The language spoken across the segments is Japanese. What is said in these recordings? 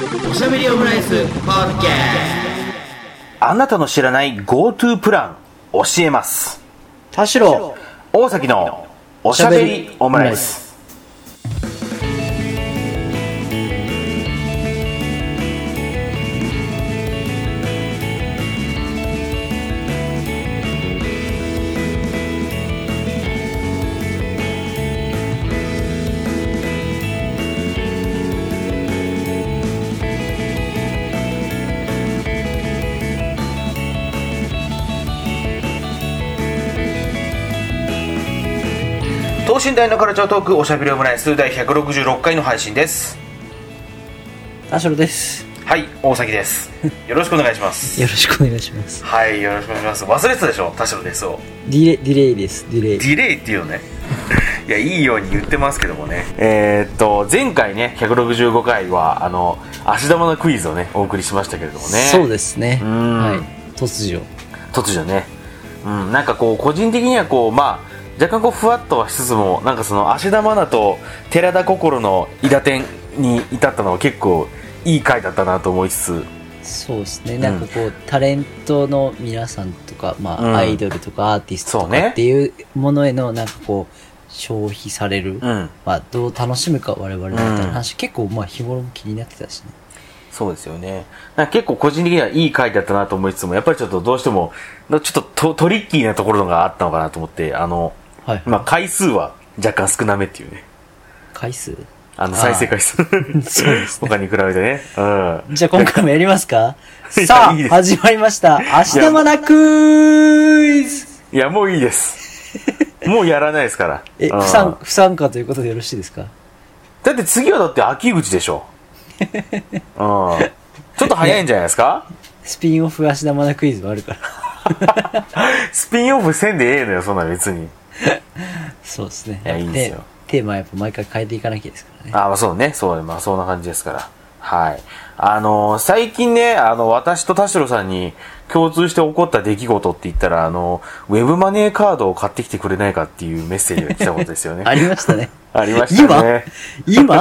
おしゃべりオムライスポッドキャスト。あなたの知らない GoTo プラン教えます。 田代大崎のおしゃべりオムライス。等身大のカルチャートークおしゃべりオムライス第166回の配信です。 田代です。 はい、大崎です。よろしくお願いします。 よろしくお願いします。 はい、よろしくお願いします。忘れてたでしょ、田代ですを。 ディレイです。ディレイっていうのね。いや、いいように言ってますけどもね。前回ね、165回は足玉のクイズをねお送りしましたけれどもね。 そうですね。はい。突如ね。なんかこう個人的にはこう若干こうふわっとはしつつも、なんかその芦田愛菜と寺田心のいだてんに至ったのは結構いい回だったなと思いつつ。 そうですね。なんかこう、タレントの皆さんとか、アイドルとかアーティストとかっていうものへのなんかこう消費される、どう楽しむか我々みたいな話、結構日頃も気になってたしね。 そうですよね。なんか結構個人的にはいい回だったなと思いつつも、やっぱりちょっとどうしてもちょっとトリッキーなところがあったのかなと思って、回数は若干少なめっていうね。 回数？ 再生回数。そうですね。他に比べてね。 じゃあ今回もやりますか？さあ、始まりました。芦田愛菜クイズ！ いや、もういいです。もうやらないですから。 不参加ということでよろしいですか？ だって次はだって秋口でしょ。ちょっと早いんじゃないですか？ スピンオフ芦田愛菜クイズもあるから。 スピンオフせんでええのよ、そんな別に。 そうですね。 いや、いいんですよ。 テーマはやっぱ毎回変えていかなきゃですからね。 そうね。そう、そんな感じですから。はい。最近ね、私と田代さんに共通して起こった出来事って言ったら、ウェブマネーカードを買ってきてくれないかっていうメッセージが来たことですよね。 ありましたね。 ありましたね。 今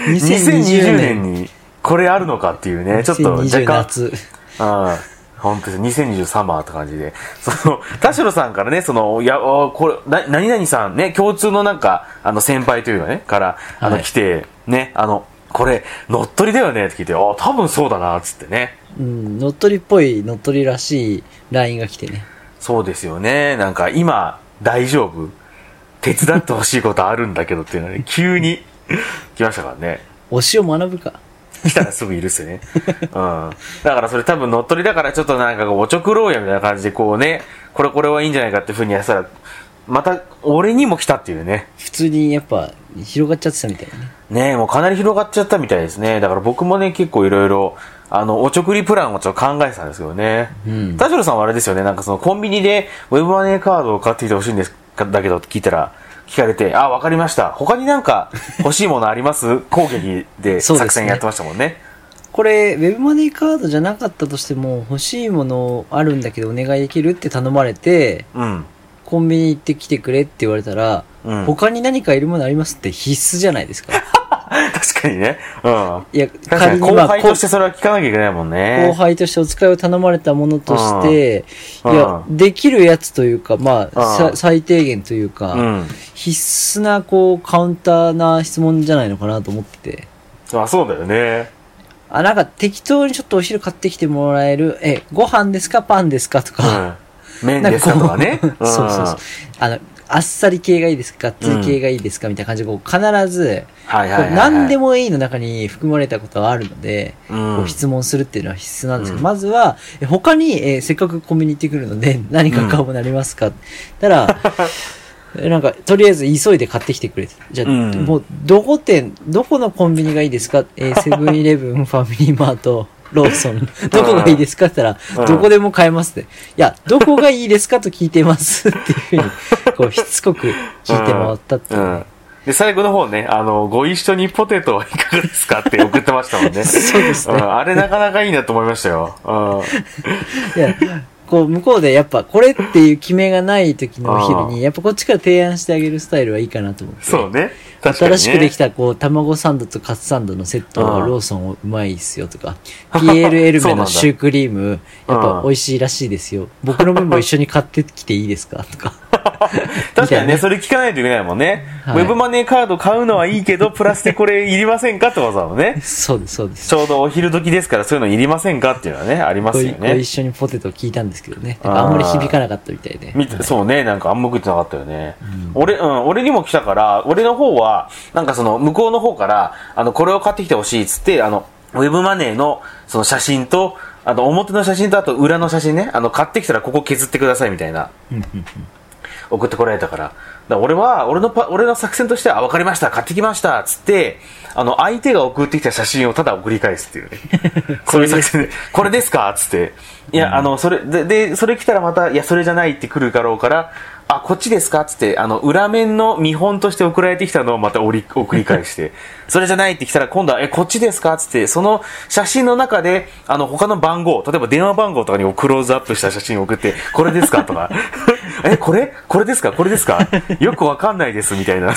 ?2020 年にこれあるのかっていうね、ちょっと若干。 夏。 本当です。2023番って感じで。田代さんからね、これ、何々さんね、共通のなんか、先輩というかね、から、来て、ね、これ、乗っ取りだよねって聞いて、多分そうだな、つってね。 乗っ取りっぽい、乗っ取りらしい LINE が来てね。 そうですよね。なんか、今、大丈夫？手伝ってほしいことあるんだけどっていうのはね、急に来ましたからね。 推しを学ぶか。 来たらすぐいるっすよね。だからそれ多分乗っ取りだからちょっとなんかおちょくろうやみたいな感じでこうね、これはいいんじゃないかっていう風にやったら、また俺にも来たっていうね。 普通にやっぱ広がっちゃってたみたいなね。 ね、もうかなり広がっちゃったみたいですね。だから僕もね、結構いろいろ、おちょくりプランをちょっと考えてたんですけどね。田代さんはあれですよね、なんかそのコンビニでウェブマネーカードを買ってきてほしいんですだけどって聞いたら、聞かれて、わかりました。他になんか欲しいものあります？攻撃で作戦やってましたもんね。 これ、ウェブマネーカードじゃなかったとしても、欲しいものあるんだけどお願いできるって頼まれて、コンビニ行ってきてくれって言われたら、他に何かいるものありますって必須じゃないですか。 確かにね。 いや、 確かに後輩としてそれは聞かなきゃいけないもんね。 後輩としてお使いを頼まれたものとして、いや、できるやつというか、最低限というか、必須な、カウンターな質問じゃないのかなと思ってて。 そうだよね。なんか適当にちょっとお昼買ってきてもらえる、ご飯ですかパンですかとか、 麺ですかとかね。 そう。あっさり系がいいですか、がっつり系がいいですかみたいな感じで、必ず、何でもいいの中に含まれたことがあるので、質問するっていうのは必須なんですけど、まずは、他に、せっかくコンビニ行ってくるので、何か買うものなりますかたら、なんか、とりあえず急いで買ってきてくれ。じゃあ、もう、どこのコンビニがいいですか？セブンイレブン、ファミリーマート、ローソン、どこがいいですかって言ったら、どこでも買えますって。いや、どこがいいですかと聞いてますっていうふうに、しつこく聞いて回ったっていう、 で、最後の方ね、ご一緒にポテトはいかがですかって送ってましたもんね。 そうですね。 あれなかなかいいなと思いましたよ。 いや、向こうでやっぱこれっていう決めがない時のお昼に、やっぱこっちから提案してあげるスタイルはいいかなと思って。 そうね。 新しくできたこう卵サンドとカツサンドのセットはローソンうまいっすよとか、ピエールエルメのシュークリームやっぱ美味しいらしいですよ、僕の分も一緒に買ってきていいですかとか確かにね、それ聞かないといけないもんね、はい、ウェブマネーカード買うのはいいけどプラスでこれいりませんかってことだもんねそうですそうです。 ちょうどお昼時ですからそういうのいりませんかっていうのはねありますよね。 これ一緒にポテト聞いたんですけどね、なんかあんまり響かなかったみたいで、はい、 そうね、なんかあんま食ってなかったよね、俺にも来たから俺の方はなんかその向こうの方からこれを買ってきてほしいっつってウェブマネーのその写真と表の写真とあと裏の写真ね買ってきたらここ削ってくださいみたいな送ってこられたから、俺の作戦としては分かりました買ってきましたっつって相手が送ってきた写真をただ送り返すっていうねそういう作戦でこれですかっつっていやそれでそれ来たらまたいやそれじゃないって来るだろうからこっちですかっつって裏面の見本として送られてきたのをまた送り返してそれじゃないって来たら今度はこっちですかっつってその写真の中で他の番号例えば電話番号とかにクローズアップした写真を送ってこれですかとかこれですかよくわかんないですみたいな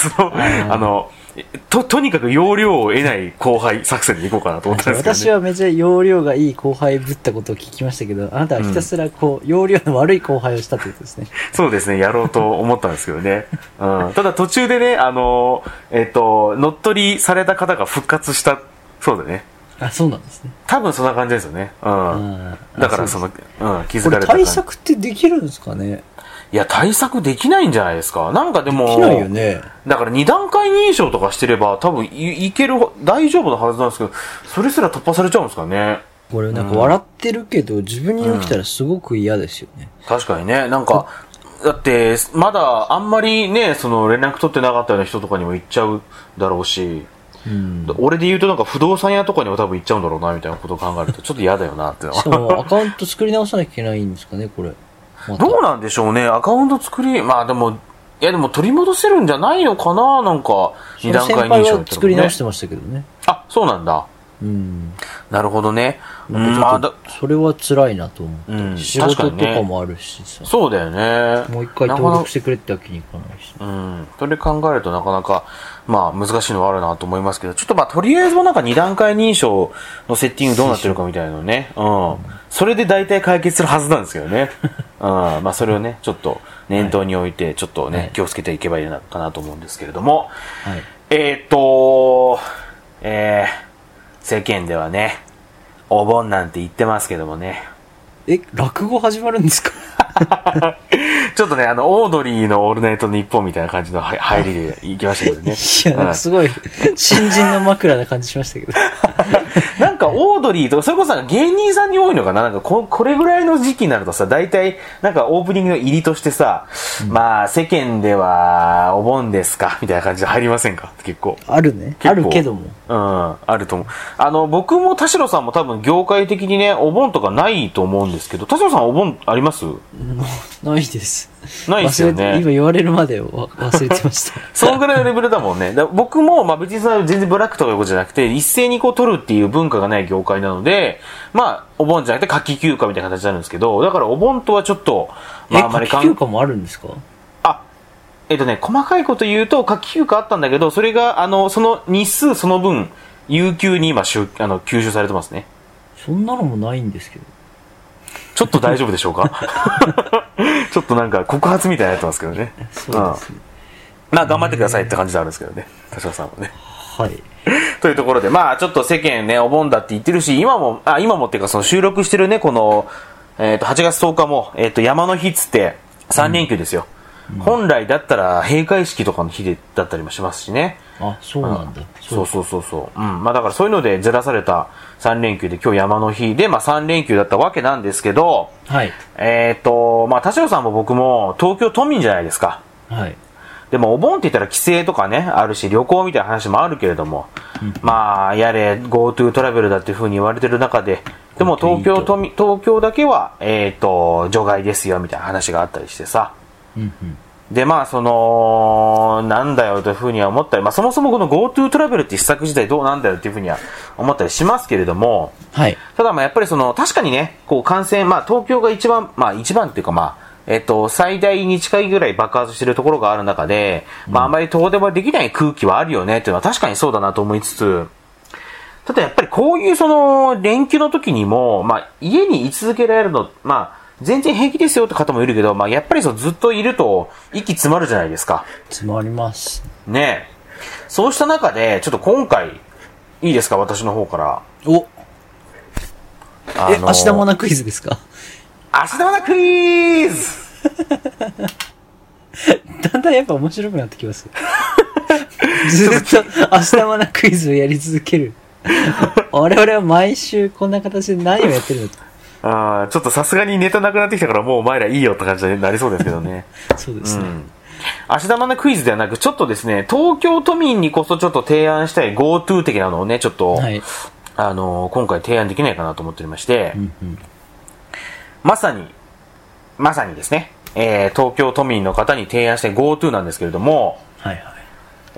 とにかく容量を得ない後輩作戦でいこうかなと思ったんですけど、ね、 私はめちゃ容量がいい後輩ぶったことを聞きましたけど、あなたはひたすら容量の悪い後輩をしたということですね。 そうですね、やろうと思ったんですけどね、ただ途中でね乗っ取りされた方が復活したそうだね。 そうなんですね。 多分そんな感じですよね。だから気づかれたこれ対策ってできるんですかね。 いや対策できないんじゃないですか。なんかでもできないよね。 だから2段階認証とかしてれば多分いける大丈夫なはずなんですけど、それすら突破されちゃうんですかね。 これなんか笑ってるけど、自分に起きたらすごく嫌ですよね。 確かにね。なんかだってまだあんまりね連絡取ってなかったような人とかにも行っちゃうだろうし、俺で言うとなんか不動産屋とかにも多分行っちゃうんだろうなみたいなことを考えるとちょっと嫌だよなってしかもアカウント作り直さなきゃいけないんですかねこれ。 どうなんでしょうね。アカウント作りでも取り戻せるんじゃないのかな。なんか2段階認証、ね、 先輩は作り直してましたけどね。 そうなんだ。なるほどね。 それは辛いなと思って、仕事とかもあるしさ、 そうだよね。 もう一回登録してくれってわけにいかないし、 それ考えるとなかなか難しいのはあるなと思いますけど、ちょっととりあえずなんか2段階認証のセッティングどうなってるかみたいなのね、それで大体解決するはずなんですけどねそれをねちょっと念頭に置いてちょっとね、気をつけていけばいいのかなと思うんですけれども、世間ではねお盆なんて言ってますけどもね。 落語始まるんですかちょっとねオードリーのオールナイトニッポンみたいな感じの入りで行きましたけどねいや、すごい新人の枕な感じしましたけどなんかオードリーとかそれこそ芸人さんに多いのかな。なんかこれぐらいの時期になるとさ大体なんかオープニングの入りとしてさ、世間ではお盆ですかみたいな感じで入りませんか。結構あるね。あるけどもあると思う。僕も田代さんも多分業界的にねお盆とかないと思うんですけど、田代さんお盆あります？ ないです。 ないですよね。 今言われるまで忘れてましたそのぐらいのレベルだもんね。僕も別に全然ブラックとかいうことじゃなくて一斉に取るっていう文化がない業界なので、お盆じゃなくて夏季休暇みたいな形になるんですけど、だからお盆とはちょっとあんまり夏季休暇もあるんですか？ 細かいこと言うと夏季休暇あったんだけど、それがその日数その分有給に今吸収されてますね。 そんなのもないんですけど、 ちょっと大丈夫でしょうかちょっとなんか告発みたいになってますけどね。 そうですね。 頑張ってくださいって感じであるんですけどね、田代さんはね。 はい。 というところでちょっと世間ねお盆だって言ってるし、今もっていうかその収録してるねこの8月10日も山の日っつって3連休ですよ。本来だったら閉会式とかの日だったりもしますしね。 そうなんだ。 そう。だからそういうのでずらされた3連休で今日山の日で3連休だったわけなんですけど、 はい。 田代さんも僕も東京都民じゃないですか。 はい。 でもお盆って言ったら帰省とかねあるし旅行みたいな話もあるけれども、やれ GoTo トラベルだっていう風に言われてる中で、でも東京だけは除外ですよみたいな話があったりしてさ。でなんだよというふうには思ったり、そもそもこの GoTo トラベルって施策自体どうなんだよっていうふうには思ったりしますけれども、 はい、 ただやっぱり確かにねこう感染東京が一番っていうか最大に近いぐらい爆発してるところがある中で、まあ、あまり遠出はできない空気はあるよねっていうのは確かにそうだなと思いつつ、ただやっぱりこういうその連休の時にも、まあ、家に居続けられるの、まあ、全然平気ですよって方もいるけど、まあ、やっぱりそうずっといると息詰まるじゃないですか。 詰まります。 ねえ。そうした中で、ちょっと今回、いいですか、私の方から。 お明日もなクイズですか？ 明日もなクイズだんだんやっぱ面白くなってきます。ずっと明日もなクイズをやり続ける。我々は毎週こんな形で何をやってるのと。 ちょっとさすがにネタなくなってきたからもうお前らいいよって感じになりそうですけどね。 そうですね。 明日まなクイズではなく、ちょっとですね、東京都民にこそちょっと提案したい GoTo 的なのをね、ちょっと、はい、今回提案できないかなと思っておりまして、まさにですね、東京都民の方に提案したい GoTo なんですけれども、 はいはい。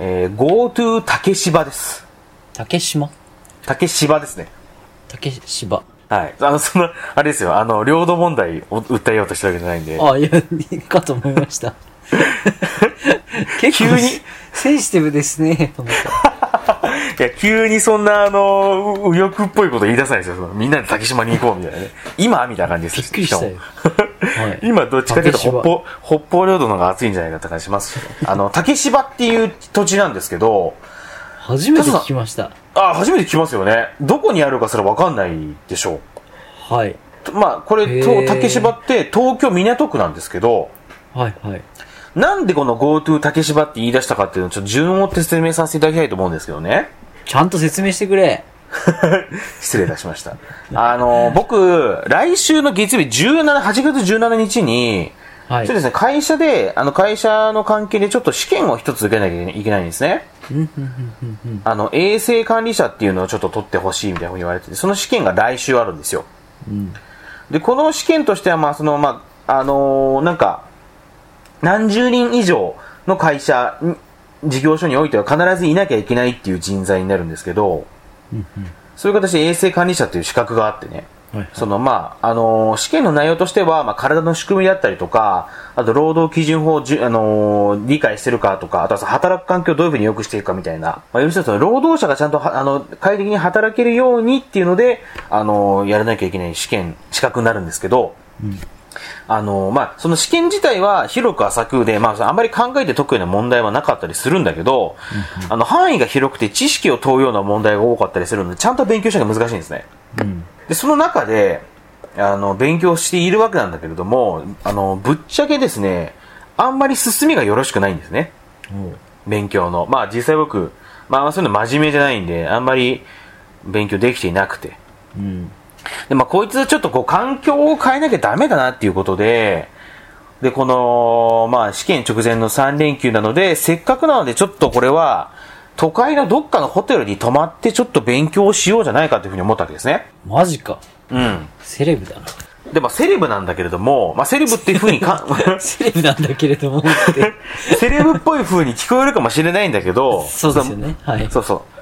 GoTo 竹芝です。 竹芝ですね。 竹芝。 はい。あれですよ、領土問題を訴えようとしてるわけじゃないんで。 いや、かと思いました。結構、センシティブですね、と思った。 いや、急にそんな、右翼っぽいこと言い出さないですよ。みんなで竹島に行こうみたいなね。今みたいな感じです。 びっくりしたよ。 はい、今、どっちかというと、北方領土の方が暑いんじゃないかって感じします。竹芝っていう土地なんですけど、 初めて聞きました。 初めて聞きますよね。どこにあるかすらわかんないでしょう。はい。 まあ、これ、竹芝って東京港区なんですけど、 はいはい。 なんでこの GoTo 竹芝って言い出したかっていうのをちょっと順を追って説明させていただきたいと思うんですけどね。 ちゃんと説明してくれ。 失礼いたしました。僕、来週の月曜日8月17日に、はい、そうですね、会社の関係でちょっと試験を一つ受けなきゃいけないんですね。衛生管理者っていうのをちょっと取ってほしいみたいなふうに言われてて、その試験が来週あるんですよ。で、この試験としては、なんか、何十人以上の会社、事業所においては必ずいなきゃいけないっていう人材になるんですけど、そういう形で衛生管理者っていう資格があってね、試験の内容としては、体の仕組みだったりとか、あと労働基準法を理解してるかとか、あとは働く環境をどういうふうに良くしていくかみたいな、要するにその労働者がちゃんと快適に働けるようにっていうので、やらなきゃいけない資格になるんですけど、その試験自体は広く浅くで、あんまり考えて解くような問題はなかったりするんだけど、範囲が広くて知識を問うような問題が多かったりするので、ちゃんと勉強しなきゃ難しいんですね。で、その中で、勉強しているわけなんだけれども、ぶっちゃけですね、あんまり進みがよろしくないんですね。勉強の。実際僕、そういうの真面目じゃないんで、あんまり勉強できていなくて。で、こいつちょっと環境を変えなきゃダメだなっていうことで、この、試験直前の3連休なので、せっかくなのでちょっとこれは、都会のどっかのホテルに泊まってちょっと勉強しようじゃないかというふうに思ったわけですね。 マジか。セレブだな。 で、セレブなんだけれども、セレブっていうふうにセレブなんだけれどもって。 セレブっぽいふうに聞こえるかもしれないんだけど、 そうですよね。はい。 そうそう。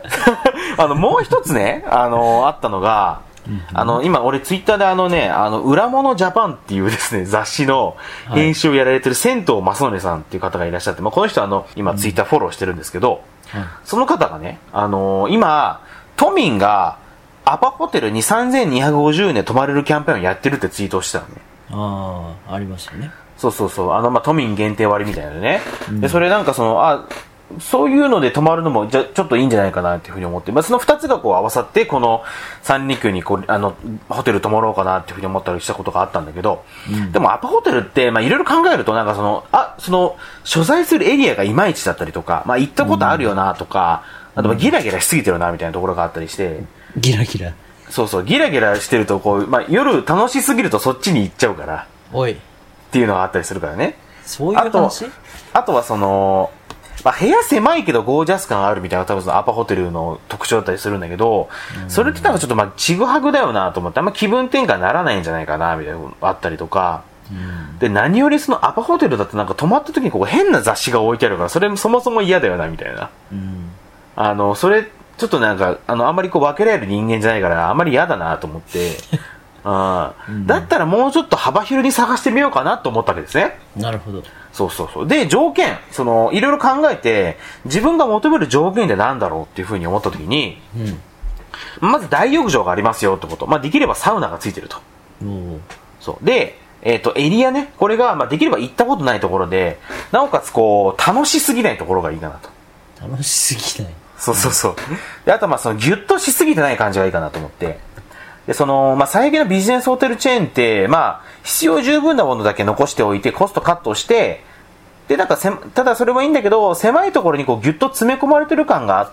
もう一つね、あったのが、今、俺ツイッターで裏物ジャパンっていうですね、雑誌の編集をやられてる仙東正則さんっていう方がいらっしゃって、この人今ツイッターフォローしてるんですけど、その方がね、今、都民がアパホテルに3250円で泊まれるキャンペーンをやってるってツイートをしてたのね。 ありましたね。 そう。都民限定割みたいなね。で、それそういうので泊まるのもちょっといいんじゃないかなっていうふうに思って、その二つが合わさってこの三連休にホテル泊まろうかなっていうふうに思ったりしたことがあったんだけど、でもアパホテルっていろいろ考えると所在するエリアがいまいちだったりとか、行ったことあるよなとか、あとギラギラしすぎてるなみたいなところがあったりして、 ギラギラ。 そうギラギラしてると夜楽しすぎるとそっちに行っちゃうからっていうのがあったりするからね。 そういう話？ あとは部屋狭いけどゴージャス感あるみたいな多分アパホテルの特徴だったりするんだけど、それってちょっとちぐはぐだよなと思って、あんま気分転換にならないんじゃないかなみたいなのがあったりとか、で何よりそのアパホテルだと泊まった時に変な雑誌が置いてあるから、それそもそも嫌だよなみたいな、それちょっとあんまり分けられる人間じゃないからあんまり嫌だなと思ってだったらもうちょっと幅広に探してみようかなと思ったわけですね。 なるほど。 そうそうそう。で、条件、いろいろ考えて、自分が求める条件って何だろうっていうふうに思った時に、まず大浴場がありますよってこと。まあ、できればサウナがついてると。そう。で、エリアね、これが、まあ、できれば行ったことないところで、なおかつこう、楽しすぎないところがいいかなと。 楽しすぎない。 そうそうそう。で、あとまあ、ギュッとしすぎてない感じがいいかなと思って。で、まあ、最近のビジネスホテルチェーンって、まあ、必要十分なものだけ残しておいて、コストカットして、で、なんかただそれもいいんだけど、狭いところにこうギュッと詰め込まれてる感があって、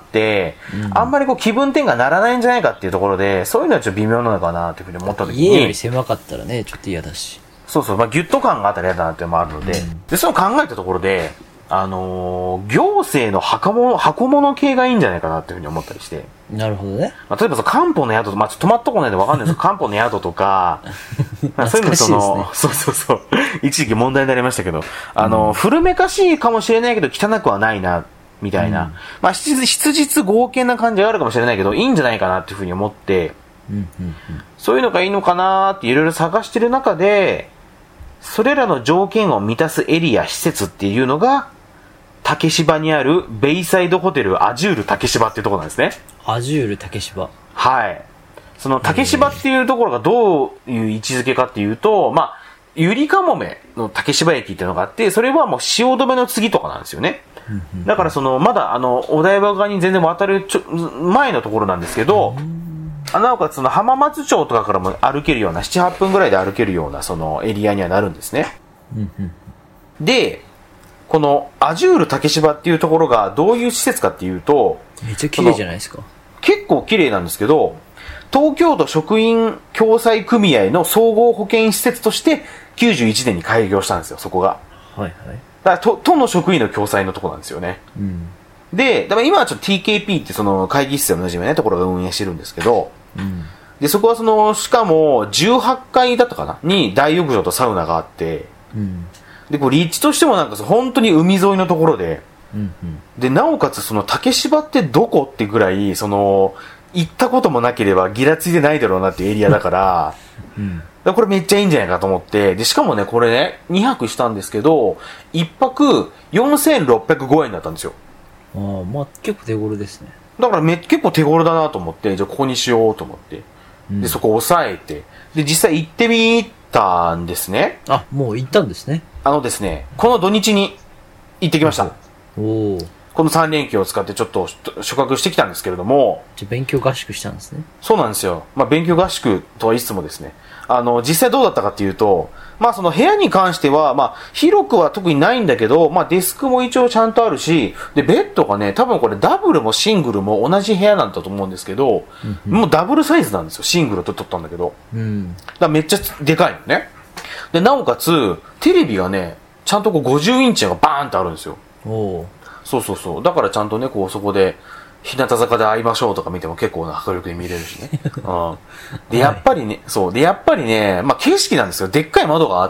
あんまりこう気分転換ならないんじゃないかっていうところで、そういうのはちょっと微妙なのかなというふうに思った時に。 家より狭かったらね、ちょっと嫌だし。 そうそう、まあ、ギュッと感があったら嫌だなっていうのもあるので、で、その考えたところで、行政の箱物系がいいんじゃないかなっていうふうに思ったりして。 なるほどね。 まあ、例えば漢方の宿とか、まあ、泊まったことないんでわかんないですけど、漢方の宿とか、まあ、そういうのそうそうそう、一時期問題になりましたけど、古めかしいかもしれないけど、汚くはないな、みたいな。まあ、質実剛健な感じがあるかもしれないけど、いいんじゃないかなっていうふうに思って、そういうのがいいのかなっていろいろ探してる中で、それらの条件を満たすエリア、施設っていうのが、竹芝にあるベイサイドホテルアジュール竹芝っていうところなんですね。 アジュール竹芝。 はい。その竹芝っていうところがどういう位置づけかっていうと、まあ、ゆりかもめの竹芝駅っていうのがあって、それはもう汐留の次とかなんですよね。だからまだお台場側に全然渡る前のところなんですけど、なおかつ浜松町とかからも歩けるような、7、8分ぐらいで歩けるようなエリアにはなるんですね。で、このアジュール竹芝っていうところがどういう施設かっていうと、 めっちゃ綺麗じゃないですか。 結構綺麗なんですけど、東京都職員共済組合の総合保健施設として91年に開業したんですよ、そこが。 はいはい。 だから都の職員の共済のところなんですよね。で、今はちょっと TKP って会議室でも同じようなところが運営してるんですけど、で、そこはしかも18階だったかなに大浴場とサウナがあって、で、立地としてもなんか本当に海沿いのところで、で、なおかつ竹芝ってどこってぐらい、行ったこともなければギラついてないだろうなっていうエリアだから、これめっちゃいいんじゃないかと思って、で、しかもね、これね、2泊したんですけど、1泊4605円だったんですよ。 まあ、結構手頃ですね。 だから結構手頃だなと思って、じゃあここにしようと思って。で、そこを押さえて、で、実際行ってみたんですね。 あ、もう行ったんですね。 ですね、この土日に行ってきました。この3連休を使ってちょっと宿泊してきたんですけれども。 じゃあ勉強合宿したんですね。 そうなんですよ。まあ勉強合宿とは言いつつもですね、実際どうだったかっていうと、まあ部屋に関しては、まあ広くは特にないんだけど、まあデスクも一応ちゃんとあるし、で、ベッドがね、多分これダブルもシングルも同じ部屋なんだと思うんですけど、もうダブルサイズなんですよ。シングルと取ったんだけど。だからめっちゃでかいのね。で、なおかつ、テレビがね、ちゃんと50インチがバーンってあるんですよ。そうそうそう。だからちゃんとね、そこで、日向坂で会いましょうとか見ても結構な迫力で見れるしね。で、やっぱりね、まあ景色なんですよ。でっかい窓があって、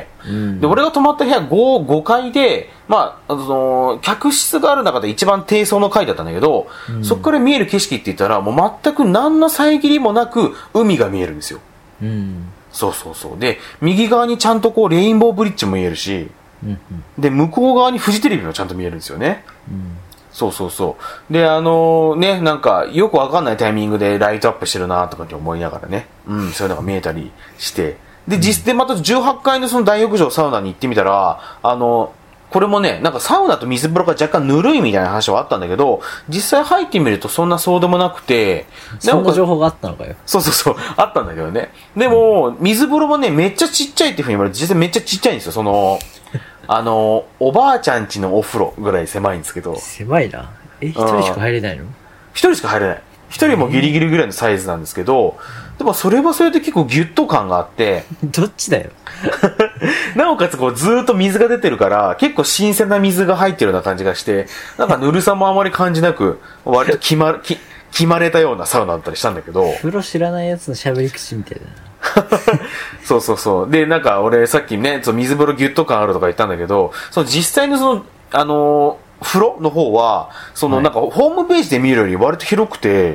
で、俺が泊まった部屋5階で、まあ、客室がある中で一番低層の階だったんだけど、そこから見える景色って言ったら、もう全く何の遮りもなく海が見えるんですよ。そうそうそう。で、右側にちゃんとレインボーブリッジも見えるし、で、向こう側にフジテレビもちゃんと見えるんですよね。そうそうそう。で、ね、なんか、よくわかんないタイミングでライトアップしてるなとかって思いながらね、そういうのが見えたりして、で、で、また18階の大浴場サウナに行ってみたら、これもね、なんかサウナと水風呂が若干ぬるいみたいな話はあったんだけど、実際入ってみるとそんなそうでもなくて、 そんな情報があったのかよ。 そうそうそう、あったんだけどね。でも、水風呂もね、めっちゃちっちゃいっていうふうに言われて、実際めっちゃちっちゃいんですよ。おばあちゃん家のお風呂ぐらい狭いんですけど。 狭いな。一人しか入れないの？ 一人しか入れない。一人もギリギリぐらいのサイズなんですけど、でもそれはそれで結構ギュッと感があって、 どっちだよ。 なおかつずーっと水が出てるから、結構新鮮な水が入ってるような感じがして、なんかぬるさもあまり感じなく、割と決まれたようなサウナだったりしたんだけど。 風呂知らないやつの喋り口みたいだな。 そうそうそう。で、なんか俺さっきね、水風呂ギュッと感あるとか言ったんだけど、実際の風呂の方は、なんかホームページで見るより割と広くて、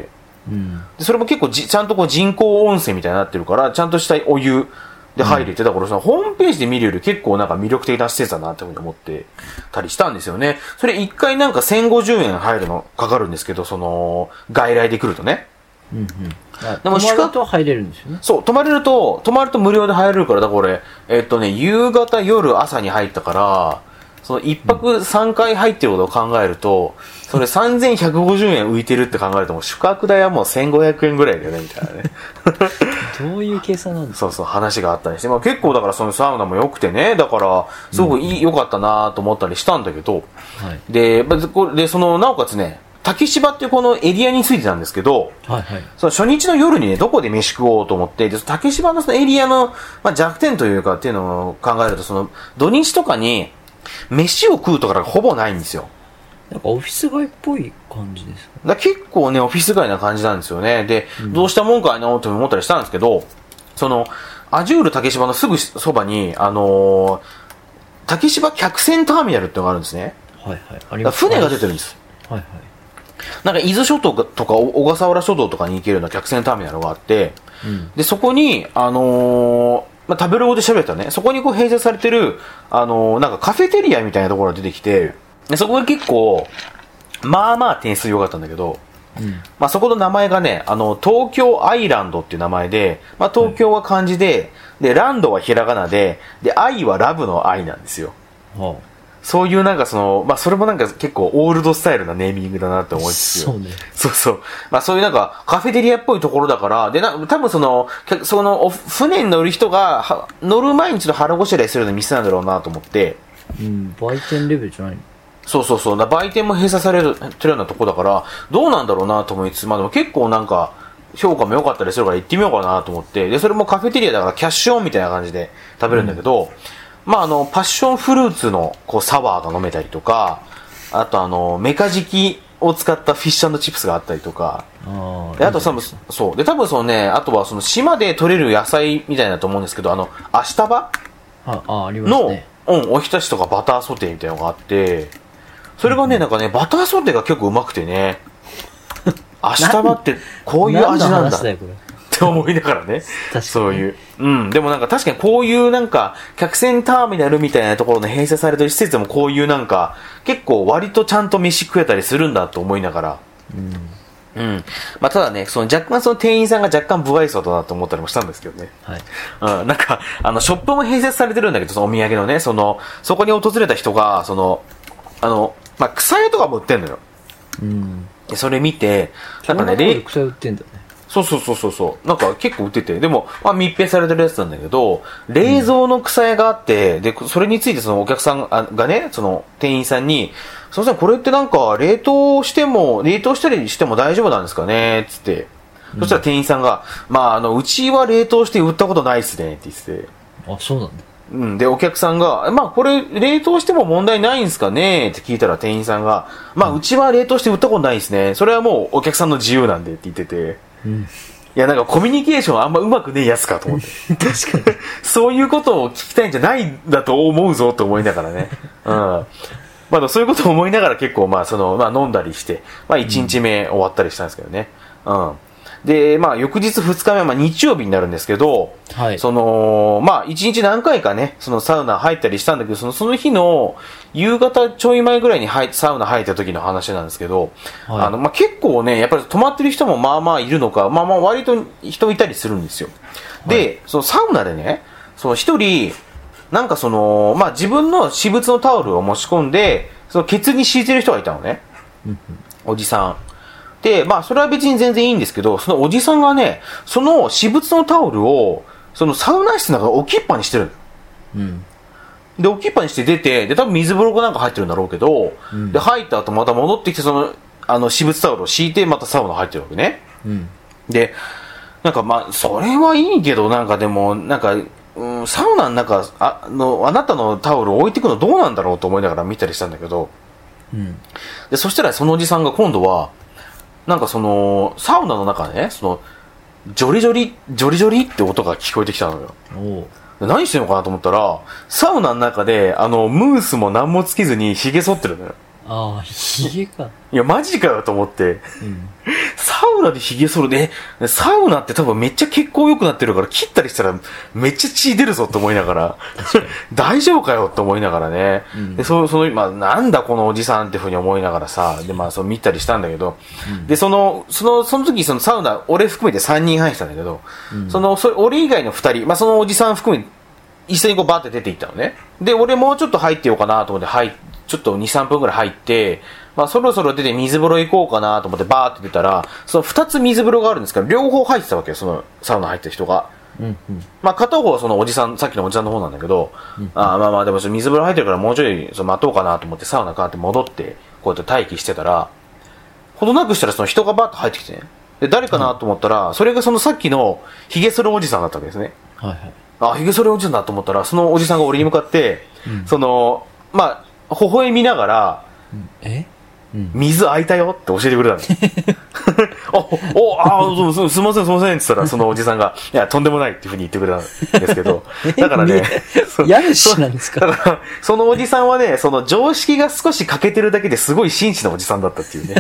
でそれも結構ちゃんとこう人工温泉みたいになってるから、ちゃんとしたお湯で入れて、だからそのホームページで見るより結構なんか魅力的な施設だなってふうに思ってたりしたんですよね。それ1回なんか1050円入るのかかるんですけど、その外来で来るとね。 でも泊まると入れるんですよね。 そう、泊まると無料で入れるから、だからこれ、夕方、夜、朝に入ったから、その1泊3回入ってることを考えると、それ3150円浮いてるって考えると、もう宿泊代はもう1500円ぐらいだよね、みたいなね。 どういう計算なんですか？ そうそう、話があったりして、まあ結構だからそのサウナも良くてね、だから、すごく良かったなと思ったりしたんだけど、で、その、なおかつね、竹芝っていうこのエリアについてなんですけど、その初日の夜にね、どこで飯食おうと思って、で竹芝のそのエリアの、まあ、弱点というかっていうのを考えると、その土日とかに飯を食うとかがほぼないんですよ。 なんかオフィス街っぽい感じですか？ だ結構ね、オフィス街な感じなんですよね。で、どうしたもんかいなと思ったりしたんですけど、その、アジュール竹芝のすぐそばに、竹芝客船ターミナルっていうのがあるんですね。船が出てるんです。なんか伊豆諸島とか小笠原諸島とかに行けるような客船ターミナルがあって、でそこにまあ、食べログで喋ったね、そこにこう併設されてるなんかカフェテリアみたいなところが出てきて、でそこが結構まあまあ点数良かったんだけど、まあ、そこの名前がね、東京アイランドっていう名前で、まあ、東京は漢字で、ランドはひらがなで、愛はラブの愛なんですよ。そういうなんかその、まあそれもなんか結構オールドスタイルなネーミングだなって思いつつよ。そうそう。まあそういうなんかカフェテリアっぽいところだから、で多分その船に乗る人が乗る前にちょっと腹ごしらえするような店なんだろうなと思って。 売店レベルじゃないの？ そう。売店も閉鎖されるようなとこだから、どうなんだろうなと思いつつ、まあでも結構なんか評価も良かったりするから行ってみようかなと思って、でそれもカフェテリアだからキャッシュオンみたいな感じで食べるんだけど、まあパッションフルーツのこうサワーが飲めたりとか、あとメカジキを使ったフィッシュ&チップスがあったりとか、であとそうで多分そのね、あとはその島で採れる野菜みたいだと思うんですけど、アシタバありますね。 おひたしとかバターソテーみたいなのがあって、それがね、なんかねバターソテーが結構うまくてね、アシタバってこういう味なんだって思いながらね、そういう、でもなんか確かにこういうなんか客船ターミナルみたいなところの併設されてる施設でもこういうなんか結構割とちゃんと飯食えたりするんだと思いながら、まあただね、その若干その店員さんが若干不愛想だなと思ったりもしたんですけどね。なんかショップも併設されてるんだけど、そのお土産のね、そこに訪れた人がまあ草屋とかも売ってんのよ。でそれ見て、なんかね、 草屋売ってんだね。 そう。なんか結構売ってて、でも、まあ密閉されてるやつなんだけど、冷蔵の草屋があって、で、それについてそのお客さんがね、その店員さんに、すいません、これってなんか冷凍したりしても大丈夫なんですかねつって。そしたら店員さんが、まあうちは冷凍して売ったことないっすねって言ってて。 あ、そうなんだ。 で、お客さんが、まあ、これ、冷凍しても問題ないんですかねって聞いたら店員さんが、まあ、うちは冷凍して売ったことないですね。それはもうお客さんの自由なんでって言ってて。いや、なんかコミュニケーションあんまうまくねえやつかと思って。確かに。そういうことを聞きたいんじゃないんだと思うぞと思いながらね。まあ、そういうことを思いながら結構、まあ、飲んだりして、まあ、1日目終わったりしたんですけどね。で、まあ、翌日2日目は、まあ、日曜日になるんですけど、まあ、1日何回かね、そのサウナ入ったりしたんだけど、その日の夕方ちょい前ぐらいにサウナ入った時の話なんですけど、まあ、結構ね、やっぱり泊まってる人もまあまあいるのか、まあまあ割と人いたりするんですよ。で、そのサウナでね、その一人、なんかまあ、自分の私物のタオルを持ち込んで、そのケツに敷いてる人がいたのね。おじさん。で、まあ、それは別に全然いいんですけど、そのおじさんがね、その私物のタオルを、そのサウナ室の中で置きっぱにしてる。で、置きっぱにして出て、で、多分水風呂かなんか入ってるんだろうけど、で、入った後また戻ってきて、私物タオルを敷いて、またサウナ入ってるわけね。で、なんかまあ、それはいいけど、なんかでも、なんか、サウナの中、あなたのタオルを置いていくのどうなんだろうと思いながら見たりしたんだけど、で、そしたらそのおじさんが今度は、なんかサウナの中ね、ジョリジョリって音が聞こえてきたのよ。何してんのかなと思ったら、サウナの中で、ムースも何もつけずに髭剃ってるのよ。 ああ、ヒゲか。 いや、マジかよと思って。サウナでヒゲ剃るね。サウナって多分めっちゃ血行良くなってるから、切ったりしたらめっちゃ血出るぞって思いながら、大丈夫かよって思いながらね。で、なんだこのおじさんってふうに思いながらさ、で、見たりしたんだけど、で、その時そのサウナ、俺含めて3人入ってたんだけど、俺以外の2人、そのおじさん含め一緒にこうバーって出ていったのね。で、俺もうちょっと入ってようかなと思ってちょっと2、3分くらい入って、そろそろ出て水風呂行こうかなと思ってバーって出たら、その2つ水風呂があるんですから、両方入ってたわけよ、そのサウナ入った人が。片方はそのおじさん、さっきのおじさんの方なんだけど、でも水風呂入ってるからもうちょい待とうかなと思ってサウナ変わって戻って、こうやって待機してたら、ほどなくしたらその人がバーって入ってきてね。で、誰かなと思ったら、それがそのさっきのヒゲ剃るおじさんだったわけですね。ヒゲ剃るおじさんだと思ったら、そのおじさんが俺に向かって、微笑みながら、水空いたよって教えてくれたの。すいませんって言ったら、そのおじさんが、いや、とんでもないっていうふうに言ってくれたんですけど、だからね、 家主なんですか？ だから、そのおじさんはね、その常識が少し欠けてるだけですごい真摯なおじさんだったっていうね。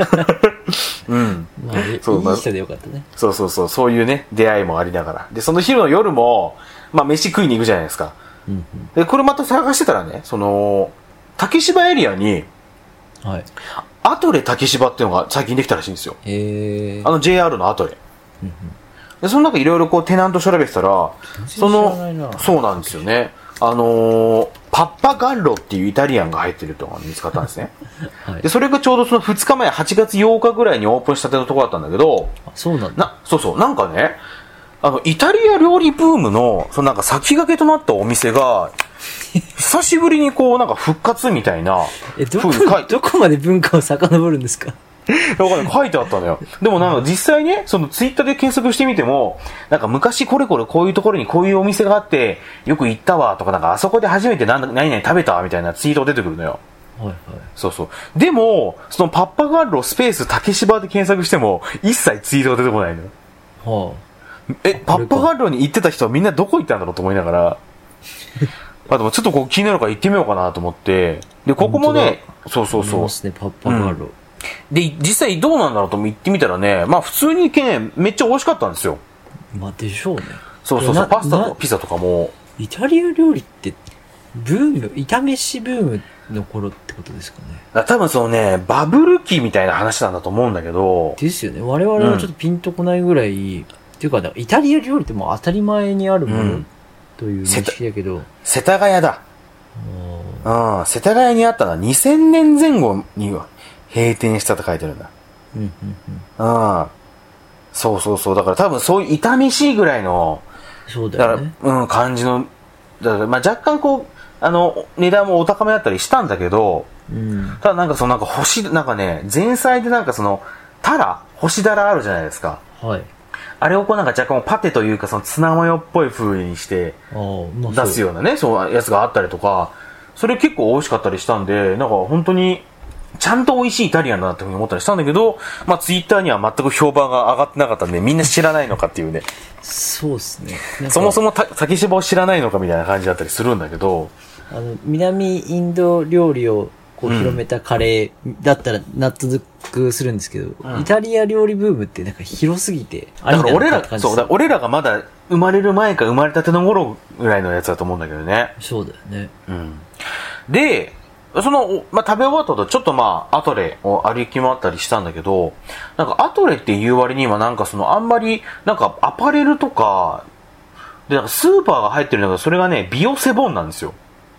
いい人でよかったね。 そういうね、出会いもありながら。で、その昼の夜も、飯食いに行くじゃないですか。で、これまた探してたらね、竹芝エリアに、アトレ竹芝っていうのが最近できたらしいんですよ。JR のアトレ。で、その中いろいろこうテナント調べてたら、そうなんですよね。パッパガッロっていうイタリアンが入ってるとが見つかったんですね。で、それがちょうどその2日前、8月8日ぐらいにオープンしたてのところだったんだけど、 そうなんだ。 なんかね、イタリア料理ブームの、なんか先駆けとなったお店が、久しぶりにこうなんか復活みたいな。 どこまで文化を遡るんですか？ 書いてあったのよ。でもなんか実際ね、そのツイッターで検索してみても、なんか昔これこういうところにこういうお店があって、よく行ったわとか、なんかあそこで初めて何々食べたみたいなツイートが出てくるのよ。でも、そのパッパガッロスペース竹芝で検索しても、一切ツイートが出てこないのよ。パッパガッロに行ってた人はみんなどこ行ったんだろうと思いながら、でもちょっとこう気になるから行ってみようかなと思って、で、ここもね、 パッパガッロ。 で、実際どうなんだろうと行ってみたらね、普通にね、めっちゃ美味しかったんですよ。 でしょうね。 パスタとピザとかも。 イタリア料理って、炒めしブームの頃ってことですかね。 多分バブル期みたいな話なんだと思うんだけど。 ですよね。我々はちょっとピンとこないぐらい、っていうか、イタリア料理ってもう当たり前にあるものという認識だけど。 世田谷だ。世田谷にあったのは2000年前後に閉店したと書いてるんだ。そう。だから多分そういう炒めしいぐらいの、 そうだよね。 感じの、だから若干こう、値段もお高めだったりしたんだけど、ただなんかなんかね、前菜でなんか干しだらあるじゃないですか。あれをこうなんか若干パテというかツナマヨっぽい風にして出すようなね、そうやつがあったりとか、それ結構美味しかったりしたんで、なんか本当にちゃんと美味しいイタリアンだなってふうに思ったりしたんだけど、ツイッターには全く評判が上がってなかったんで、みんな知らないのかっていうね。 そうですね。 そもそも竹芝を知らないのかみたいな感じだったりするんだけど、 南インド料理をこう広めたカレーだったら納得するんですけど、イタリア料理ブームってなんか広すぎて、 だから俺らがまだ生まれる前か生まれたての頃ぐらいのやつだと思うんだけどね。 そうだよね。 で、食べ終わった後ちょっとアトレを歩き回ったりしたんだけど、なんかアトレっていう割にはなんかあんまりなんかアパレルとかでなんかスーパーが入ってるんだけど、それがねビオセボンなんですよ。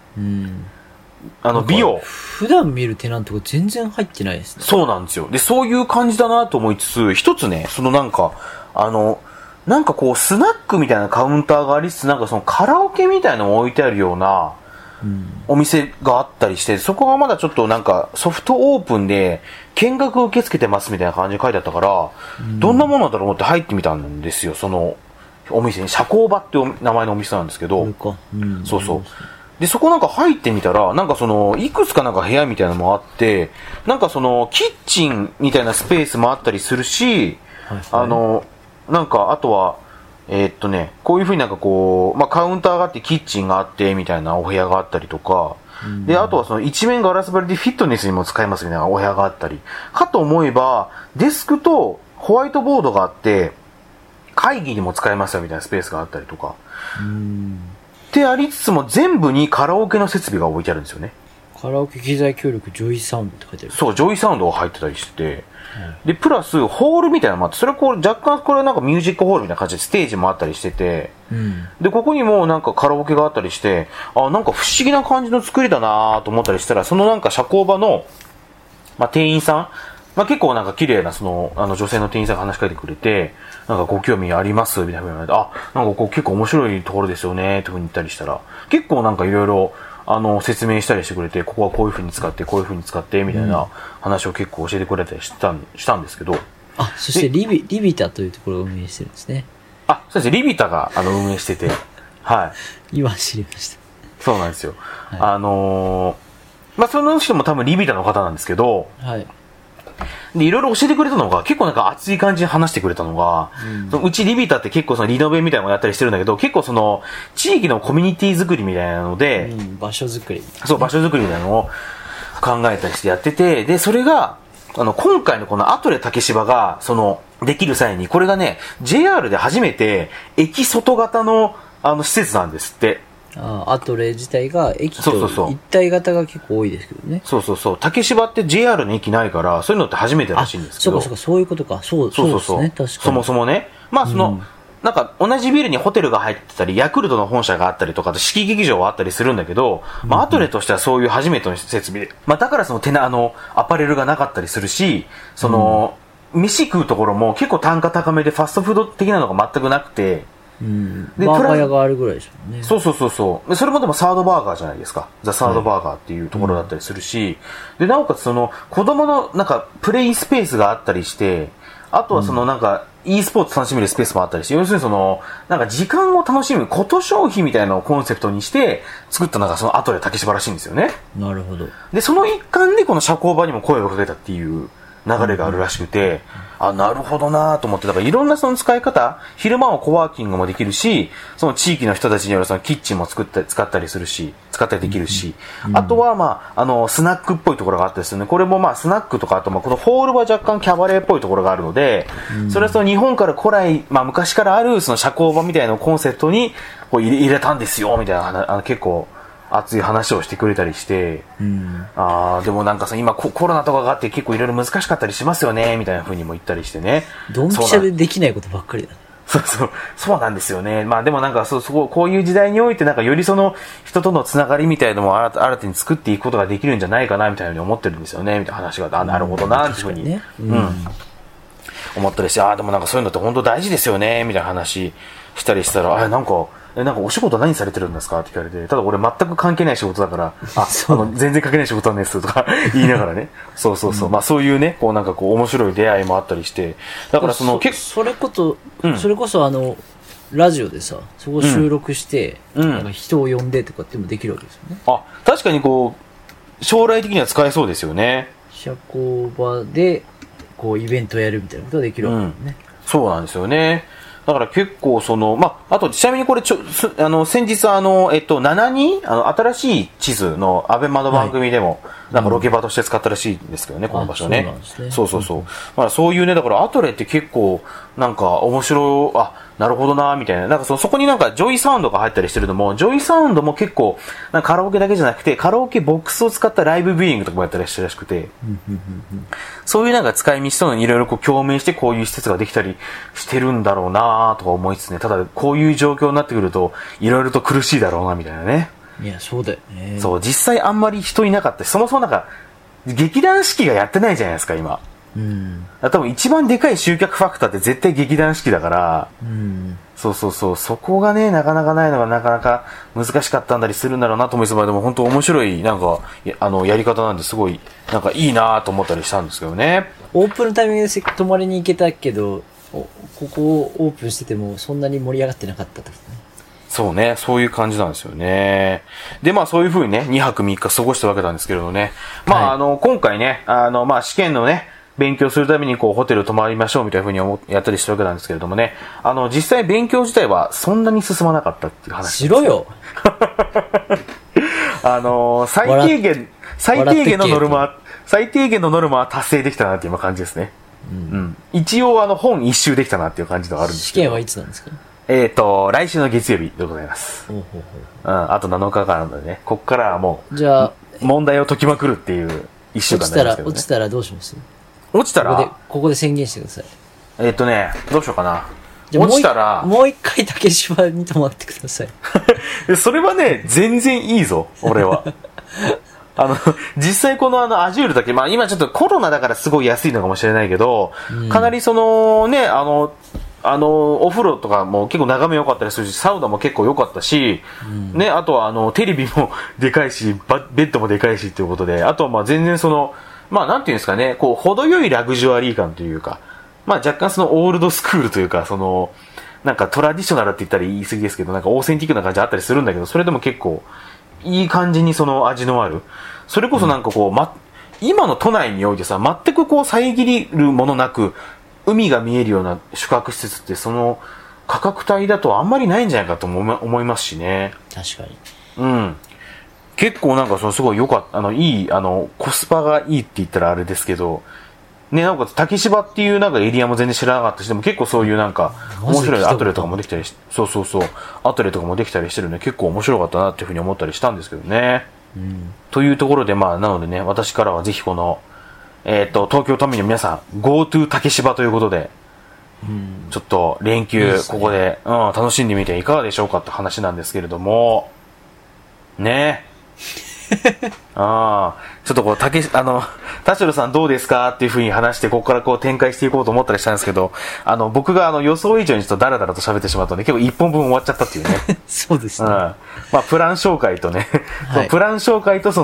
美容。 普段見るテナントが全然入ってないですね。 そうなんですよ。で、そういう感じだなと思いつつ、一つね、なんかこう、スナックみたいなカウンターがありつつ、なんかカラオケみたいなのを置いてあるような、お店があったりして、そこがまだちょっとなんかソフトオープンで、見学受け付けてますみたいな感じで書いてあったから、どんなものだろうと思って入ってみたんですよ、そのお店に。社交場っていう名前のお店なんですけど、で、そこなんか入ってみたら、なんかいくつかなんか部屋みたいなのもあって、なんかキッチンみたいなスペースもあったりするし、なんか、あとは、 こういう風になんかこう、まあ、カウンターがあって、キッチンがあって、みたいなお部屋があったりとか、で、あとはその一面ガラス張りでフィットネスにも使えますみたいなお部屋があったり、かと思えば、デスクとホワイトボードがあって、会議にも使えますよみたいなスペースがあったりとか。ってありつつも全部にカラオケの設備が置いてあるんですよね。 カラオケ機材協力ジョイサウンドって書いてある。 そう、ジョイサウンドが入ってたりして、で、プラス、ホールみたいなのもあって、それはこう、若干、これはなんかミュージックホールみたいな感じでステージもあったりしてて、で、ここにもなんかカラオケがあったりして、あ、なんか不思議な感じの作りだなと思ったりしたら、そのなんか社交場の、まあ、店員さん、まあ、結構なんか綺麗な、女性の店員さんが話しかけてくれて、なんかご興味ありますみたいな風に言われて、あ、なんかこう結構面白いところですよね、って風に言ったりしたら、結構なんかいろいろ、説明したりしてくれて、ここはこういう風に使って、こういう風に使って、みたいな話を結構教えてくれたりしたんですけど。 あ、そしてリビタというところを運営してるんですね。 あ、そうですね、リビタが運営してて、はい。 今知りました。 そうなんですよ。 はい、 まあ、その人も多分リビタの方なんですけど、 はい。 で、いろいろ教えてくれたのが、結構なんか熱い感じに話してくれたのが、うちリビタって結構そのリノベみたいなのをやったりしてるんだけど、結構その、地域のコミュニティ作りみたいなので、 場所作り、ね。 そう、場所作りみたいなのを考えたりしてやってて、で、それが、今回のこのアトレ竹芝が、できる際に、これがね、JR で初めて、駅外型の、施設なんですって。 アトレ自体が駅と一体型が結構多いですけどね。 そうそうそう。竹芝って JR の駅ないから、そういうのって初めてらしいんですけど。 そうか、そういうことか。そうですね、確かに。 そもそもね。まあなんか同じビルにホテルが入ってたり、ヤクルトの本社があったりとか、四季劇場はあったりするんだけど、まあアトレとしてはそういう初めての設備で、まあだからアパレルがなかったりするし、飯食うところも結構単価高めでファストフード的なのが全くなくて、 でバーガー屋があるぐらいですもんね。 そう。それもでもサードバーガーじゃないですか。ザ・サードバーガーっていうところだったりするし、で、なおかつ子供のなんかプレイスペースがあったりして、あとはなんか、e スポーツ楽しめるスペースもあったりして、要するになんか時間を楽しむ、こと消費みたいなのをコンセプトにして、作ったのが後で竹芝らしいんですよね。 なるほど。 で、その一環でこの社交場にも声をかけたっていう流れがあるらしくて、あ、なるほどなと思って、だからいろんな使い方、昼間はコワーキングもできるし、その地域の人たちによるキッチンも使ったりするし、使ったりできるし、あとはスナックっぽいところがあったりするね。これもスナックとか、あとこのホールは若干キャバレーっぽいところがあるので、それは日本から古来、昔からある社交場みたいなコンセプトにこう入れたんですよ、みたいな結構、熱い話をしてくれたりして、でもなんか今コロナとかがあって結構いろいろ難しかったりしますよねみたいな風にも言ったりしてね。 ドンピシャでできないことばっかりだ。 そうなんですよね。まあでもなんかこういう時代においてなんかより人とのつながりみたいなのも新たに作っていくことができるんじゃないかなみたいなふうに思ってるんですよねみたいな話が、なるほどなっていうふうに、思ったりして、でもなんかそういうのって本当大事ですよねみたいな話したりしたら、なんかお仕事何されてるんですかって聞かれて、ただ俺全く関係ない仕事だから、全然関係ない仕事なんですとか言いながらね。そう。まあそういうね、なんか面白い出会いもあったりして、だからそれこそラジオでさ、そこ収録して、なんか人を呼んでとかってもできるわけですよね。 確かに将来的には使えそうですよね。 社交場で、イベントやるみたいなことができるわけですね。 そうなんですよね。だから結構あとちなみにこれ先日72新しい地図のアベマの番組でも、なんかロケ場として使ったらしいんですけどね、この場所ね。そう。まあそういうね、だからアトレって結構なんか面白い、なるほどなみたいな。なんかそこになんかジョイサウンドが入ったりしてるのも、ジョイサウンドも結構なんかカラオケだけじゃなくて、カラオケボックスを使ったライブビューイングとかもやったりしてるらしくて、そういうなんか使い道とのいろいろ共鳴してこういう施設ができたりしてるんだろうなとか思いつつね、ただこういう状況になってくるといろいろと苦しいだろうなみたいなね。 いや、そうだよね。 そう、実際あんまり人いなかったし、そもそもなんか劇団四季がやってないじゃないですか今。多分一番でかい集客ファクターって絶対劇団四季だから、そこがねなかなかないのがなかなか難しかったんだりするんだろうなと思います。でも本当面白いなんかやり方なんですごいなんかいいなと思ったりしたんですけどね。 オープンのタイミングで泊まりに行けたけど、ここをオープンしててもそんなに盛り上がってなかったってことね。 そうね、そういう感じなんですよね。で、そういう風にね、2泊3日過ごしたわけなんですけれどね。今回ね、試験のね、 勉強するためにこうホテル泊まりましょうみたいな風にやったりしたわけなんですけれどもね、実際勉強自体はそんなに進まなかったっていう話。 しろよ最低限のノルマは達成できたなっていう感じですね。一応本一周できたなっていう感じではあるんですけど。 試験はいつなんですか？ 来週の月曜日でございます。あと7日間なのでね、こっからはもう、じゃあ、問題を解きまくるっていう1週間になりますけどね。 落ちたらどうします？ 落ちたらここで宣言してください。 どうしようかな。落ちたらもう一回竹芝に泊まってください。 それはね、全然いいぞ、俺は。実際このアジュールだけ、今ちょっとコロナだからすごい安いのかもしれないけど、かなりお風呂とかも結構眺め良かったりするし、サウナも結構良かったし、ね、あとはテレビもでかいし、ベッドもでかいしということで、あとは全然なんていうんですかね、こう、程よいラグジュアリー感というか、若干オールドスクールというか、なんかトラディショナルって言ったら言い過ぎですけど、なんかオーセンティックな感じあったりするんだけど、それでも結構、いい感じに味のある。それこそなんかこう、今の都内においてさ、全くこう遮るものなく、海が見えるような宿泊施設って価格帯だとあんまりないんじゃないかと思いますしね。 確かに。 うん。結構なんかすごい良かった、いい、コスパがいいって言ったらあれですけど、ね、なおかつ竹芝っていうなんかエリアも全然知らなかったし、でも結構そういうなんか面白いアトレとかもできたりし、アトレとかもできたりしてるんで結構面白かったなっていうふうに思ったりしたんですけどね。というところでなのでね、私からはぜひこの、東京都民の皆さん、GoTo 竹芝ということで、ちょっと連休ここで、楽しんでみていかがでしょうかって話なんですけれども、ねちょっとこう、田代さんどうですかっていう風に話して、ここからこう展開していこうと思ったりしたんですけど、僕が予想以上にちょっとダラダラと喋ってしまったので、結構一本分終わっちゃったっていうね。 そうですね。 プラン紹介とね、 はい、 プラン紹介と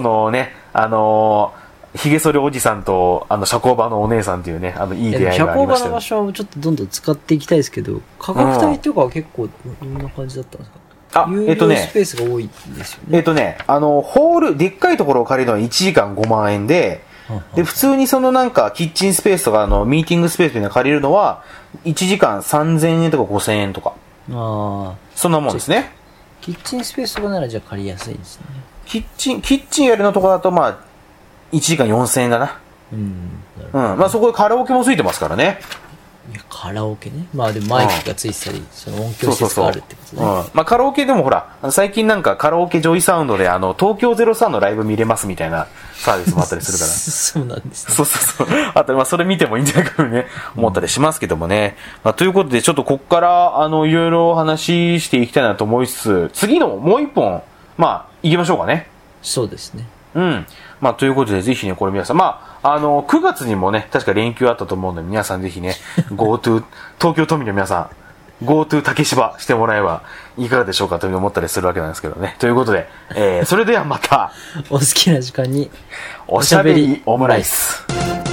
ひげ剃りおじさんと、社交場のお姉さんっていうね、いい出会いがありましたよね。 社交場の場所はちょっとどんどん使っていきたいですけど、価格帯とかは結構、どんな感じだったんですか？有料スペースが多いんですよね。 ホール、でっかいところを借りるのは1時間5万円で、で、普通になんか、キッチンスペースとか、ミーティングスペースみたいなの借りるのは、1時間3000円とか5000円とか。そんなもんですね。 キッチンスペースとかならじゃあ借りやすいですね。 キッチンやるのとこだと、1時間4000円だな。そこでカラオケもついてますからね。 いや、カラオケね。でもマイクがついてたり、音響施設があるってことね。 カラオケでもほら、最近なんかカラオケジョイサウンドで東京03のライブ見れますみたいなサービスもあったりするから。 そうなんですね。 そう。あと、それ見てもいいんじゃないかとね、思ったりしますけどもね。ということで、ちょっとこっから、いろいろお話ししていきたいなと思いつつ、次のもう一本、行きましょうかね。 そうですね。 ということで、ぜひね、これ皆さん、9月にもね、確か連休あったと思うので、皆さんぜひね、GoTo、東京都民の皆さん、GoTo 竹芝してもらえばいかがでしょうかというふうに思ったりするわけなんですけどね。ということで、それではまた、 お好きな時間に、 おしゃべりオムライス。